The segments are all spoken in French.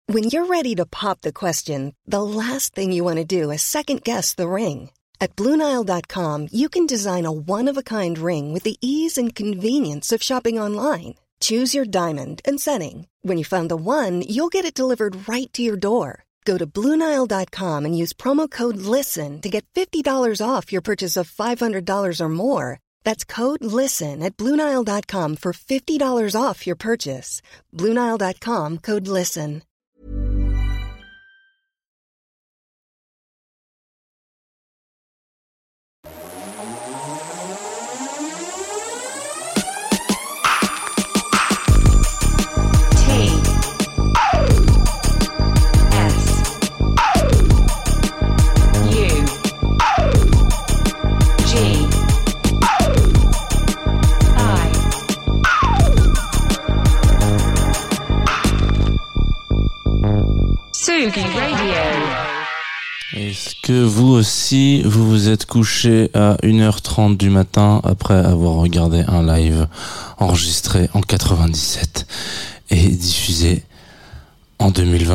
When you're ready to pop the question, the last thing you want to do is second-guess the ring. At BlueNile.com, you can design a one-of-a-kind ring with the ease and convenience of shopping online. Choose your diamond and setting. When you find the one, you'll get it delivered right to your door. Go to BlueNile.com and use promo code LISTEN to get $50 off your purchase of $500 or more. That's code LISTEN at BlueNile.com for $50 off your purchase. BlueNile.com, code LISTEN. Tsugi Radio. Est-ce que vous aussi, vous vous êtes couché à 1h30 du matin après avoir regardé un live enregistré en 97 et diffusé en 2022 ?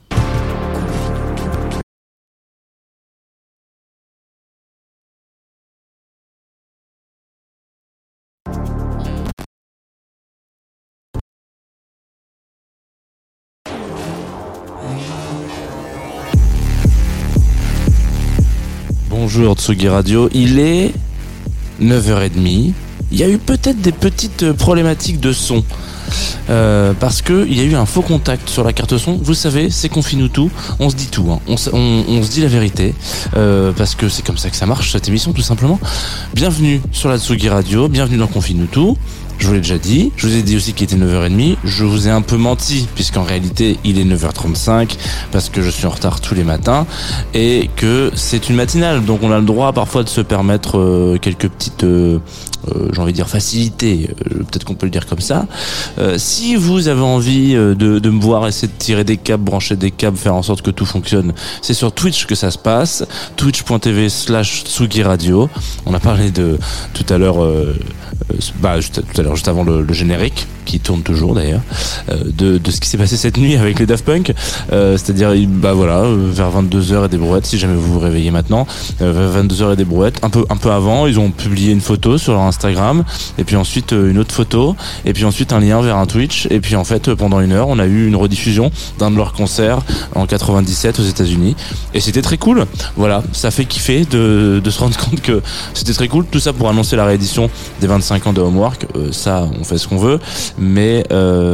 Bonjour Tsugi Radio, il est 9h30. Il y a eu peut-être des petites problématiques de son. Parce que il y a eu un faux contact sur la carte son. Vous savez, c'est Confine-nous tout. On se dit tout, hein. On se dit la vérité, parce que c'est comme ça que ça marche cette émission, tout simplement. Bienvenue sur la Tsugi Radio, bienvenue dans Confine-nous tout. Je vous l'ai déjà dit, je vous ai dit aussi qu'il était 9h30, je vous ai un peu menti, puisqu'en réalité il est 9h35, parce que je suis en retard tous les matins, et que c'est une matinale, donc on a le droit parfois de se permettre quelques petites, j'ai envie de dire facilités, peut-être qu'on peut le dire comme ça. Si vous avez envie de me voir essayer de tirer des câbles, brancher des câbles, faire en sorte que tout fonctionne, c'est sur Twitch que ça se passe, twitch.tv/Tsugi Radio. On a parlé de tout à l'heure, juste avant le générique, qui tourne toujours d'ailleurs, de ce qui s'est passé cette nuit avec les Daft Punk, c'est-à-dire vers 22h et des brouettes, si jamais vous vous réveillez maintenant, vers 22h et des brouettes, un peu avant, ils ont publié une photo sur leur Instagram, et puis ensuite une autre photo, et puis ensuite un lien vers un Twitch, et puis en fait pendant 1 heure on a eu une rediffusion d'un de leurs concerts en 97 aux États-Unis, et c'était très cool. Voilà, ça fait kiffer de se rendre compte que c'était très cool, tout ça pour annoncer la réédition des 25 ans de Homework. Ça, on fait ce qu'on veut, mais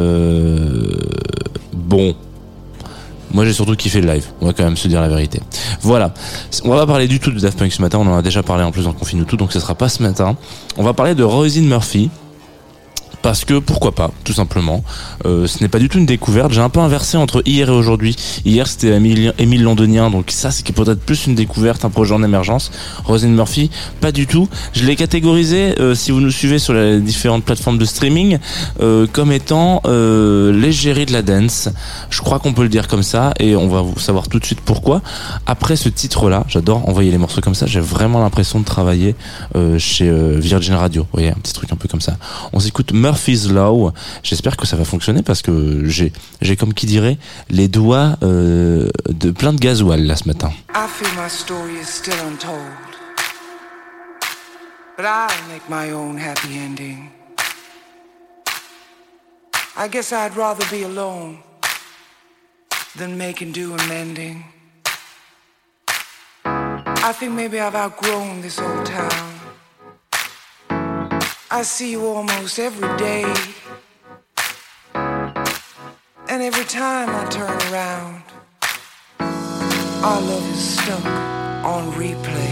bon, moi j'ai surtout kiffé le live, on va quand même se dire la vérité. Voilà, on va pas parler du tout de Daft Punk ce matin, on en a déjà parlé en plus dans Confine-nous tout, donc ce sera pas ce matin. On va parler de Roisin Murphy, parce que pourquoi pas, tout simplement. Ce n'est pas du tout une découverte. J'ai un peu inversé entre hier et aujourd'hui. Hier c'était Émile Londonien, donc ça c'est peut-être plus une découverte, un projet en émergence. Roisin Murphy, pas du tout. Je l'ai catégorisé, si vous nous suivez sur les différentes plateformes de streaming, comme étant l'égérie de la dance. Je crois qu'on peut le dire comme ça, et on va vous savoir tout de suite pourquoi. Après ce titre-là, j'adore envoyer les morceaux comme ça. J'ai vraiment l'impression de travailler chez Virgin Radio. Vous voyez, un petit truc un peu comme ça. On s'écoute Murphy's Law. J'espère que ça va fonctionner, parce que j'ai comme qui dirait les doigts de plein de gasoil là ce matin. I feel my story is still untold, but I'll make my own happy ending. I guess I'd rather be alone than making do and mending. I think maybe I've outgrown this old town. I see you almost every day, and every time I turn around, our love is stuck on replay.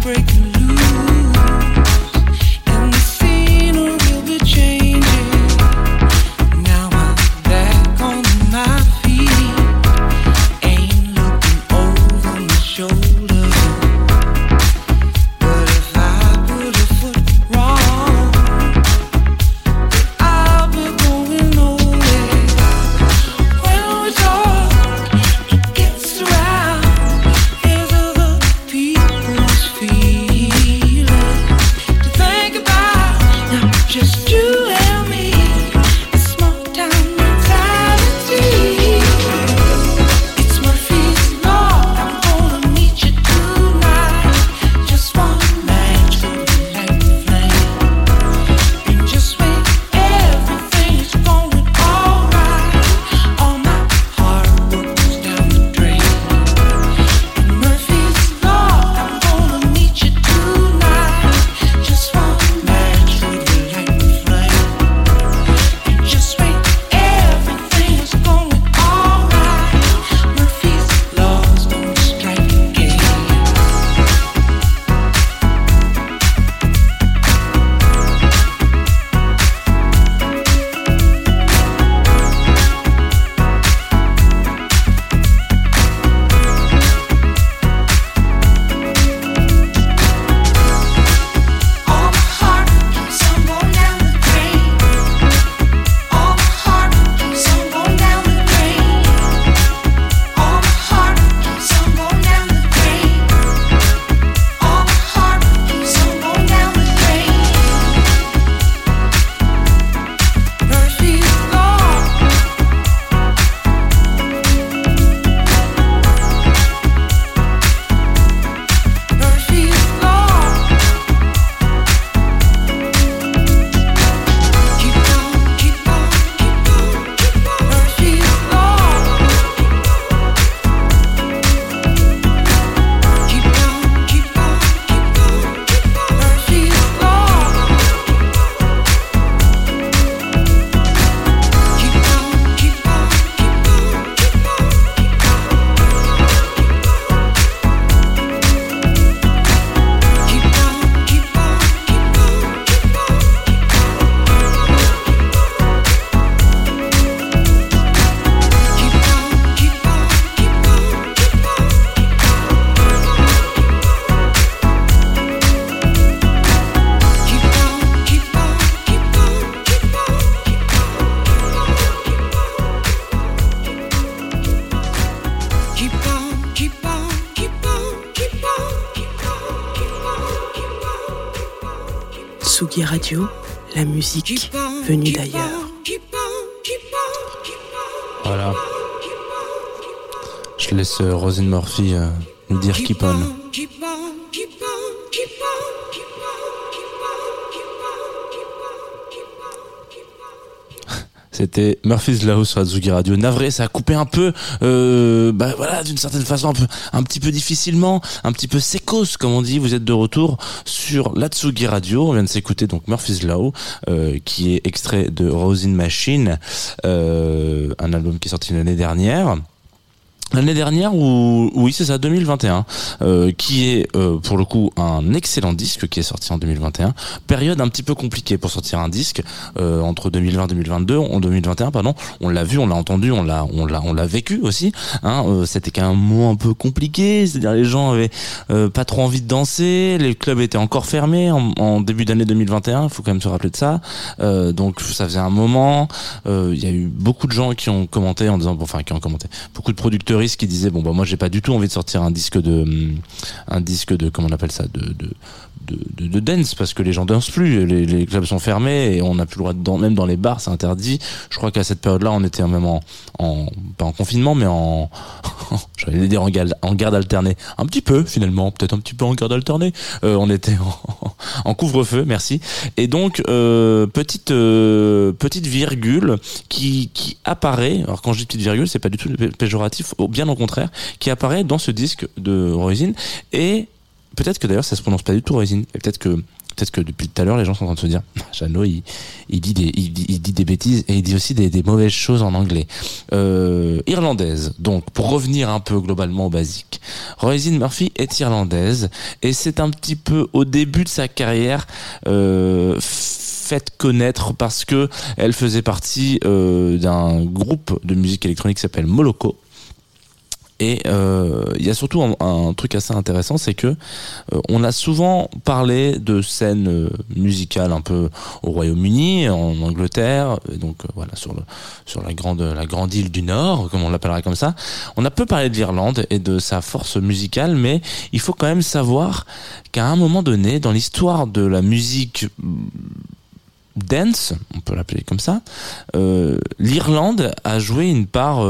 Tsugi Radio, la musique venue d'ailleurs. Voilà. Je laisse Roisin Murphy nous dire keep on. C'était Murphy's Law sur Tsugi Radio. Navré, ça a coupé un peu, voilà, d'une certaine façon, un petit peu difficilement, un petit peu sécos, comme on dit. Vous êtes de retour sur la Tsugi Radio. On vient de s'écouter donc Murphy's Law, qui est extrait de Rosin Machine, un album qui est sorti l'année dernière. L'année dernière, oui, c'est ça, 2021, qui est pour le coup un excellent disque qui est sorti en 2021. Période un petit peu compliquée pour sortir un disque entre 2020 et 2022. En 2021, pardon, on l'a vu, on l'a entendu, on l'a vécu aussi. C'était quand même un moment un peu compliqué, c'est-à-dire les gens avaient pas trop envie de danser, les clubs étaient encore fermés en début d'année 2021. Il faut quand même se rappeler de ça. Donc ça faisait un moment. Il y a eu beaucoup de gens qui ont commenté en disant, beaucoup de producteurs qui disaient moi j'ai pas du tout envie de sortir un disque de comment on appelle ça de dance, parce que les gens dansent plus, les clubs sont fermés et on n'a plus le droit même dans les bars, c'est interdit. Je crois qu'à cette période-là on était même pas en confinement, mais j'allais dire en garde alternée, un petit peu finalement, peut-être un petit peu en garde alternée. On était en couvre-feu, merci. Et donc petite virgule qui apparaît. Alors quand je dis petite virgule, c'est pas du tout péjoratif, bien au contraire, qui apparaît dans ce disque de Roisin. Et peut-être que d'ailleurs ça se prononce pas du tout Roisin, et peut-être peut-être que depuis tout à l'heure, les gens sont en train de se dire, Jeannot, il dit des bêtises et il dit aussi des mauvaises choses en anglais. Irlandaise. Donc, pour revenir un peu globalement au basique, Roisin Murphy est irlandaise et c'est un petit peu au début de sa carrière, faite connaître parce que elle faisait partie d'un groupe de musique électronique qui s'appelle Moloko. Et il y a surtout un truc assez intéressant, c'est que on a souvent parlé de scènes musicales un peu au Royaume-Uni, en Angleterre, et donc voilà sur la grande île du Nord, comme on l'appellerait comme ça. On a peu parlé de l'Irlande et de sa force musicale, mais il faut quand même savoir qu'à un moment donné, dans l'histoire de la musique dance, on peut l'appeler comme ça, l'Irlande a joué une part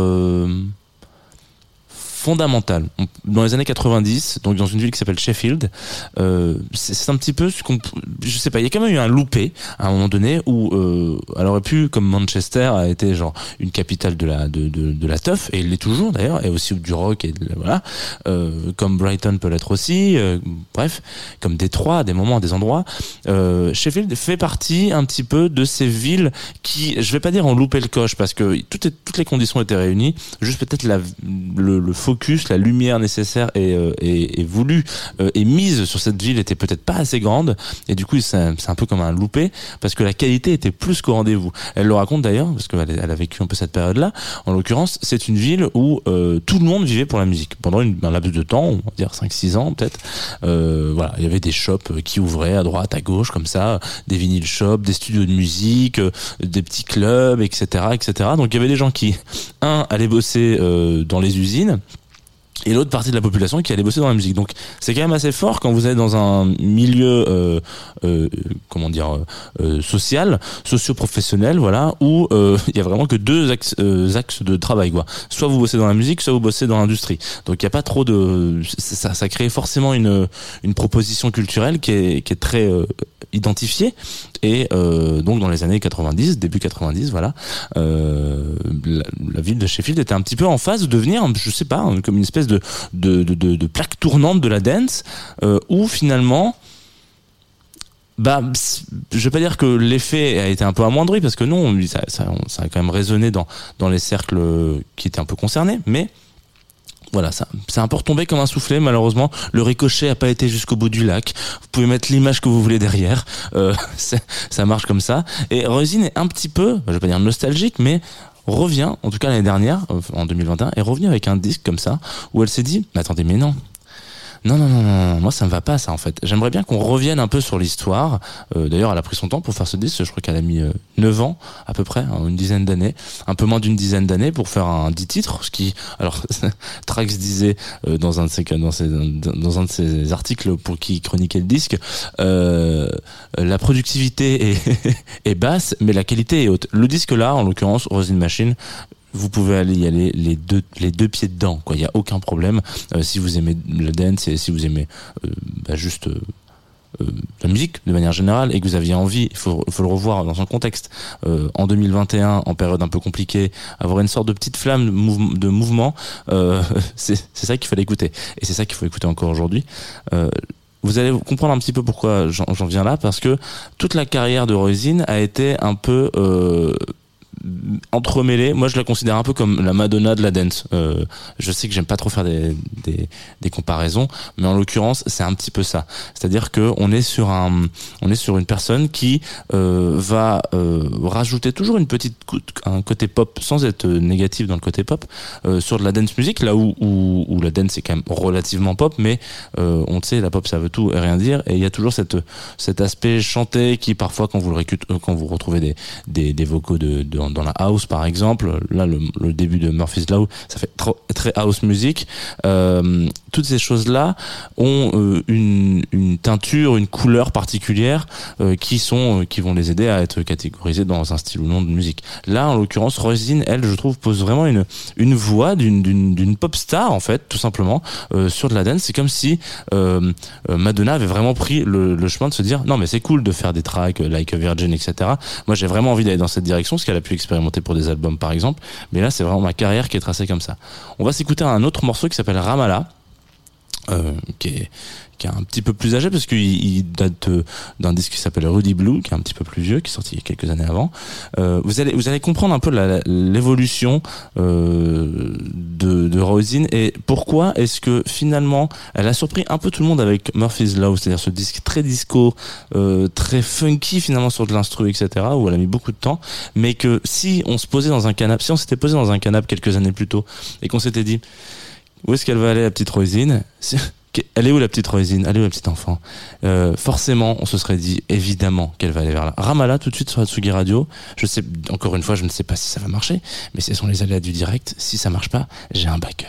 fondamentale. Dans les années 90, donc dans une ville qui s'appelle Sheffield, c'est un petit peu ce qu'on, je sais pas, il y a quand même eu un loupé à un moment donné où elle aurait pu, comme Manchester a été genre une capitale de la teuf, et il l'est toujours d'ailleurs, et aussi du rock et voilà, comme Brighton peut l'être aussi, bref, comme Détroit à des moments, à des endroits. Sheffield fait partie un petit peu de ces villes qui, je vais pas dire ont loupé le coche parce que toutes les conditions étaient réunies, juste peut-être le focus, la lumière nécessaire et voulue et mise sur cette ville était peut-être pas assez grande, et du coup c'est un peu comme un loupé parce que la qualité était plus qu'au rendez-vous. Elle le raconte d'ailleurs parce qu'elle a vécu un peu cette période-là. En l'occurrence, c'est une ville où tout le monde vivait pour la musique pendant un laps de temps, on va dire 5-6 ans peut-être. Voilà, il y avait des shops qui ouvraient à droite, à gauche comme ça, des vinyl shops, des studios de musique, des petits clubs, etc., etc. Donc il y avait des gens qui allaient bosser dans les usines, et l'autre partie de la population qui allait bosser dans la musique. Donc c'est quand même assez fort quand vous êtes dans un milieu socio-professionnel, voilà, où il y a vraiment que deux axes de travail, quoi. Soit vous bossez dans la musique, soit vous bossez dans l'industrie. Donc il y a pas trop de ça crée forcément une proposition culturelle qui est très identifiée. Et donc dans les années 90, début 90, voilà, la ville de Sheffield était un petit peu en phase de devenir, je sais pas, comme une espèce de plaque tournante de la dance, où finalement, je vais pas dire que l'effet a été un peu amoindri parce que non, ça a quand même résonné dans les cercles qui étaient un peu concernés, mais voilà, c'est un peu retombé comme un soufflet, malheureusement. Le ricochet a pas été jusqu'au bout du lac. Vous pouvez mettre l'image que vous voulez derrière. Ça marche comme ça. Et Roisin est un petit peu, je vais pas dire nostalgique, mais revient, en tout cas l'année dernière, en 2021, est revenue avec un disque comme ça, où elle s'est dit, mais attendez, mais non, moi ça me va pas ça en fait. J'aimerais bien qu'on revienne un peu sur l'histoire. D'ailleurs elle a pris son temps pour faire ce disque, je crois qu'elle a mis 9 ans à peu près, une dizaine d'années, un peu moins d'une dizaine d'années pour faire un 10 titres, ce qui, alors Trax disait dans un de ses articles pour qui chroniquait le disque, la productivité est basse mais la qualité est haute. Le disque là en l'occurrence Roisin Machine, vous pouvez y aller les deux pieds dedans, quoi. Il y a aucun problème si vous aimez le dance et si vous aimez juste la musique de manière générale et que vous aviez envie, il faut le revoir dans son contexte. En 2021, en période un peu compliquée, avoir une sorte de petite flamme de mouvement, c'est ça qu'il fallait écouter, et c'est ça qu'il faut écouter encore aujourd'hui. Vous allez comprendre un petit peu pourquoi j'en viens là, parce que toute la carrière de Roisin a été un peu entremêlée. Moi je la considère un peu comme la Madonna de la dance. Je sais que j'aime pas trop faire des comparaisons, mais en l'occurrence c'est un petit peu ça. C'est-à-dire que on est sur une personne qui va rajouter toujours un côté pop sans être négatif dans le côté pop sur de la dance music, là où la dance est quand même relativement pop, mais on le sait, la pop ça veut tout et rien dire, et il y a toujours cet aspect chanté qui parfois quand vous retrouvez des vocaux dans la house par exemple, là le début de Murphy's Law, ça fait très house music. Toutes ces choses là ont une teinture, une couleur particulière qui vont les aider à être catégorisées dans un style ou non de musique. Là en l'occurrence Roisin, elle, je trouve, pose vraiment une voix d'une pop star en fait, tout simplement, sur de la dance. C'est comme si Madonna avait vraiment pris le chemin de se dire non mais c'est cool de faire des tracks like a Virgin, etc. Moi j'ai vraiment envie d'aller dans cette direction, ce qu'elle a pu expérimenter pour des albums par exemple, mais là c'est vraiment ma carrière qui est tracée comme ça. On va s'écouter un autre morceau qui s'appelle Ramallah. qui est un petit peu plus âgé parce qu'il date d'un disque qui s'appelle Rudy Blue, qui est un petit peu plus vieux, qui est sorti il y a quelques années avant. Vous allez comprendre un peu l'évolution de Roisin et pourquoi est-ce que finalement elle a surpris un peu tout le monde avec Murphy's Law, c'est-à-dire ce disque très disco, très funky finalement sur de l'instru, etc., où elle a mis beaucoup de temps, mais que si on s'était posé dans un canapé quelques années plus tôt et qu'on s'était dit où est-ce qu'elle va aller la petite Roisin, elle est où la petite Roisin, elle est où la petite enfant, forcément on se serait dit évidemment qu'elle va aller vers là. Ramallah tout de suite sur Tsugi Radio. Je sais, encore une fois, je ne sais pas si ça va marcher, mais ce sont les aléas du direct. Si ça marche pas, j'ai un backup.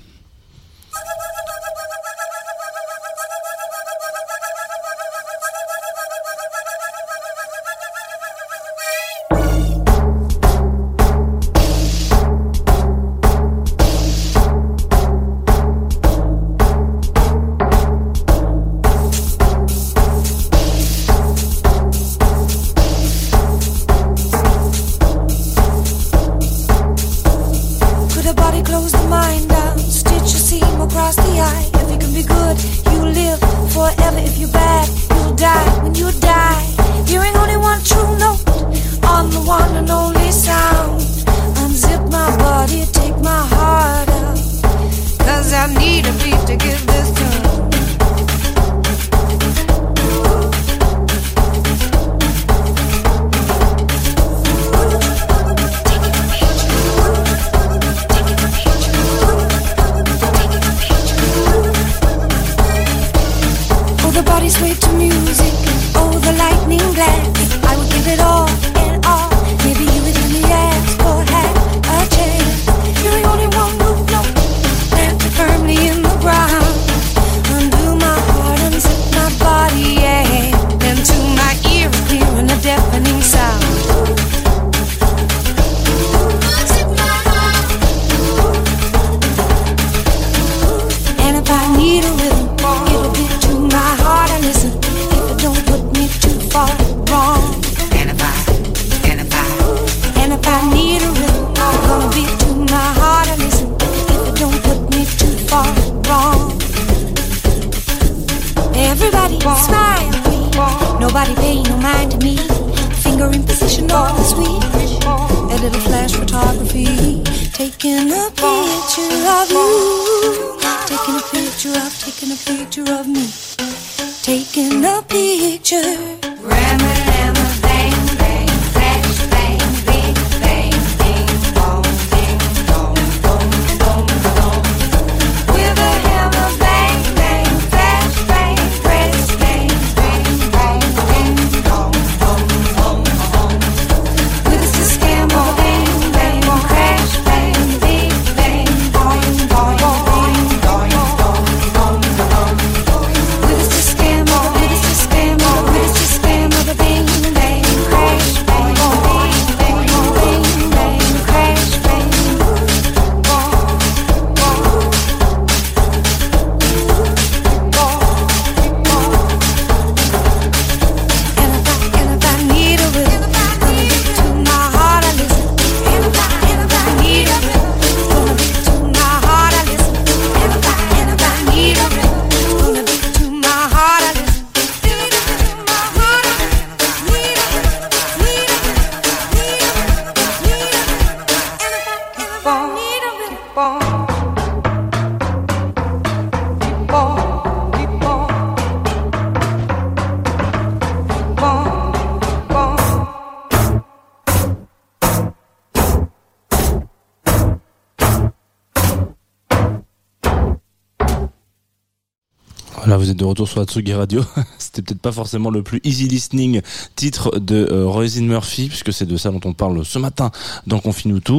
Là, vous êtes de retour sur Tsugi Radio. C'était peut-être pas forcément le plus easy listening titre de Roisin Murphy, puisque c'est de ça dont on parle ce matin dans Confine-nous tout.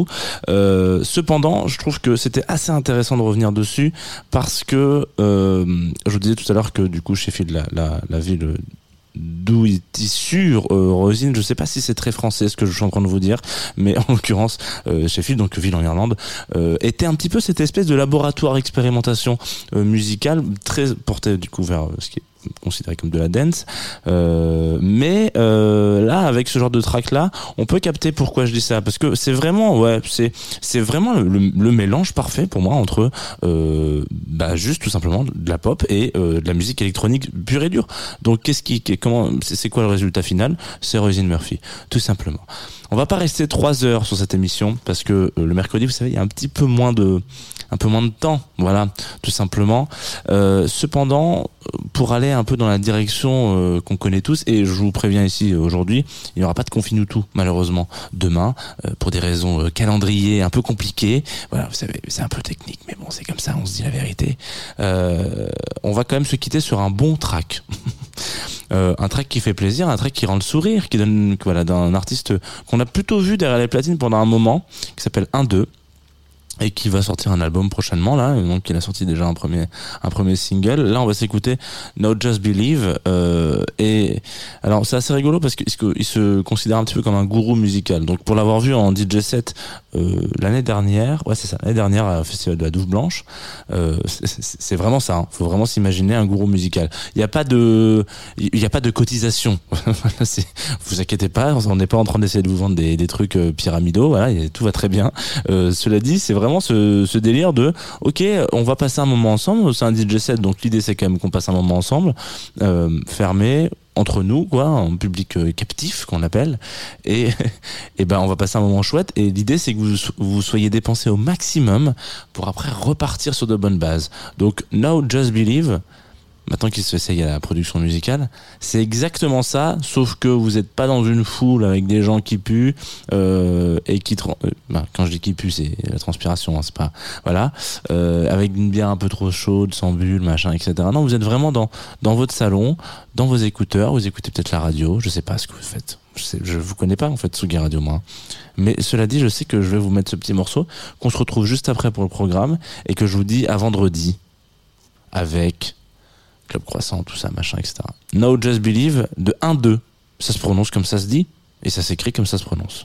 Cependant, je trouve que c'était assez intéressant de revenir dessus, parce que je vous disais tout à l'heure que du coup Sheffield, la ville d'où est issu Roisin, je sais pas si c'est très français ce que je suis en train de vous dire, mais en l'occurrence Sheffield, donc ville en Irlande, était un petit peu cette espèce de laboratoire expérimentation musicale très porté du coup vers ce qui est considéré comme de la dance. Mais là, avec ce genre de track là, on peut capter pourquoi je dis ça, parce que c'est vraiment, c'est vraiment le mélange parfait pour moi entre juste tout simplement de la pop et de la musique électronique pure et dure. Donc c'est quoi le résultat final? C'est Roisin Murphy, tout simplement. On va pas rester 3 heures sur cette émission parce que le mercredi, vous savez, il y a un peu moins de temps, voilà, tout simplement. Cependant, pour aller un peu dans la direction qu'on connaît tous, et je vous préviens ici aujourd'hui, il n'y aura pas de Confinutu malheureusement demain pour des raisons calendrier un peu compliquées. Voilà, vous savez, c'est un peu technique, mais bon, c'est comme ça, on se dit la vérité. On va quand même se quitter sur un bon track. Un track qui fait plaisir, un track qui rend le sourire, qui donne, voilà, d'un artiste qu'on a plutôt vu derrière les platines pendant un moment, qui s'appelle 1-2. Et qui va sortir un album prochainement là, donc il a sorti déjà un premier single. Là on va s'écouter Now Just Believe, et alors c'est assez rigolo parce qu'il se considère un petit peu comme un gourou musical. Donc pour l'avoir vu en DJ set l'année dernière, l'année dernière au festival de la Douve Blanche, c'est vraiment ça, hein. Faut vraiment s'imaginer un gourou musical. Il y a pas de cotisation. Vous inquiétez pas, on n'est pas en train d'essayer de vous vendre des trucs pyramidaux, voilà, tout va très bien. Cela dit, c'est vraiment ce délire de ok, on va passer un moment ensemble, c'est un DJ set, donc l'idée c'est quand même qu'on passe un moment ensemble, fermé entre nous, quoi, en public captif qu'on appelle, et ben on va passer un moment chouette, et l'idée c'est que vous soyez dépensés au maximum pour après repartir sur de bonnes bases. Donc Now Just Believe, maintenant qu'il s'essaye à la production musicale, c'est exactement ça, sauf que vous n'êtes pas dans une foule avec des gens qui puent, et qui quand je dis qui puent, c'est la transpiration, hein, c'est pas, voilà, avec une bière un peu trop chaude, sans bulle, machin, etc. Non, vous êtes vraiment dans votre salon, dans vos écouteurs, vous écoutez peut-être la radio, je sais pas ce que vous faites. Je vous connais pas en fait, Tsugi Radio, moi. Mais cela dit, je sais que je vais vous mettre ce petit morceau, qu'on se retrouve juste après pour le programme, et que je vous dis à vendredi, avec Club Croissant, tout ça, machin, etc. Now Just Believe de 1-2. Ça se prononce comme ça se dit, et ça s'écrit comme ça se prononce.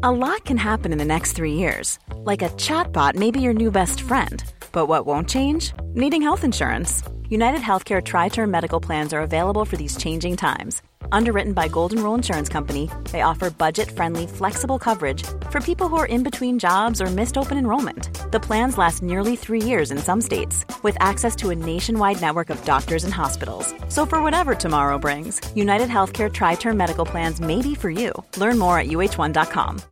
A lot can happen in the next 3 years. Like a chatbot may be your new best friend. But what won't change? Needing health insurance. United Healthcare Tri-Term Medical Plans are available for these changing times. Underwritten by Golden Rule Insurance Company, they offer budget-friendly, flexible coverage for people who are in between jobs or missed open enrollment. The plans last nearly 3 years in some states, with access to a nationwide network of doctors and hospitals. So for whatever tomorrow brings, United Healthcare Tri-Term Medical Plans may be for you. Learn more at uh1.com.